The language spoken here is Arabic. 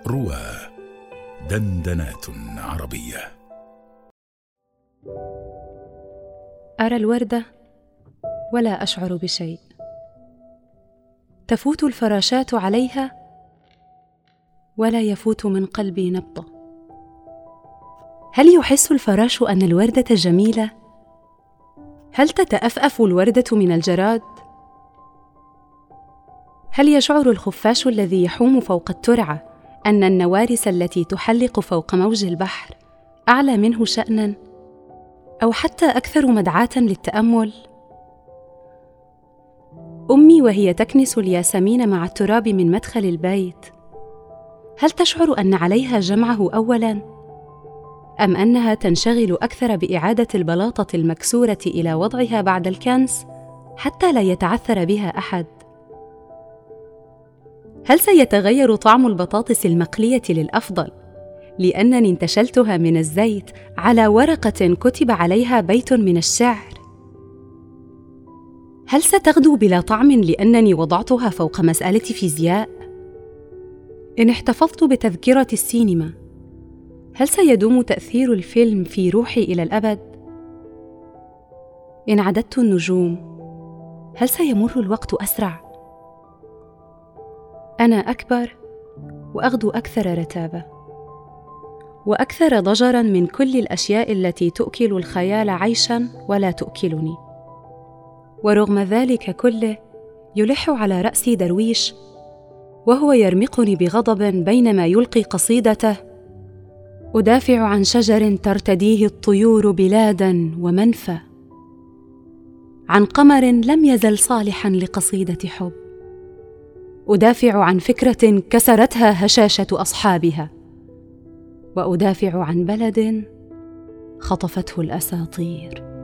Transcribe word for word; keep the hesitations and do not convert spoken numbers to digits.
روى دندنات عربية. أرى الوردة ولا أشعر بشيء، تفوت الفراشات عليها ولا يفوت من قلبي نبضة. هل يحس الفراش أن الوردة جميلة؟ هل تتأفأف الوردة من الجراد؟ هل يشعر الخفاش الذي يحوم فوق الترعة أن النوارس التي تحلق فوق موج البحر أعلى منه شأناً، أو حتى أكثر مدعاة للتأمل؟ أمي وهي تكنس الياسمين مع التراب من مدخل البيت، هل تشعر أن عليها جمعه أولاً، أم أنها تنشغل أكثر بإعادة البلاطة المكسورة إلى وضعها بعد الكنس حتى لا يتعثر بها أحد؟ هل سيتغير طعم البطاطس المقلية للأفضل لأنني انتشلتها من الزيت على ورقة كتب عليها بيت من الشعر؟ هل ستغدو بلا طعم لأنني وضعتها فوق مسألة فيزياء؟ إن احتفظت بتذكرة السينما، هل سيدوم تأثير الفيلم في روحي إلى الأبد؟ إن عددت النجوم، هل سيمر الوقت أسرع؟ أنا أكبر وأغدو أكثر رتابة وأكثر ضجراً من كل الأشياء التي تؤكل الخيال عيشاً ولا تؤكلني. ورغم ذلك كله يلح على رأسي درويش وهو يرمقني بغضب بينما يلقي قصيدته: أدافع عن شجر ترتديه الطيور بلاداً ومنفى، عن قمر لم يزل صالحاً لقصيدة حب، أدافع عن فكرة كسرتها هشاشة أصحابها، وأدافع عن بلد خطفته الأساطير.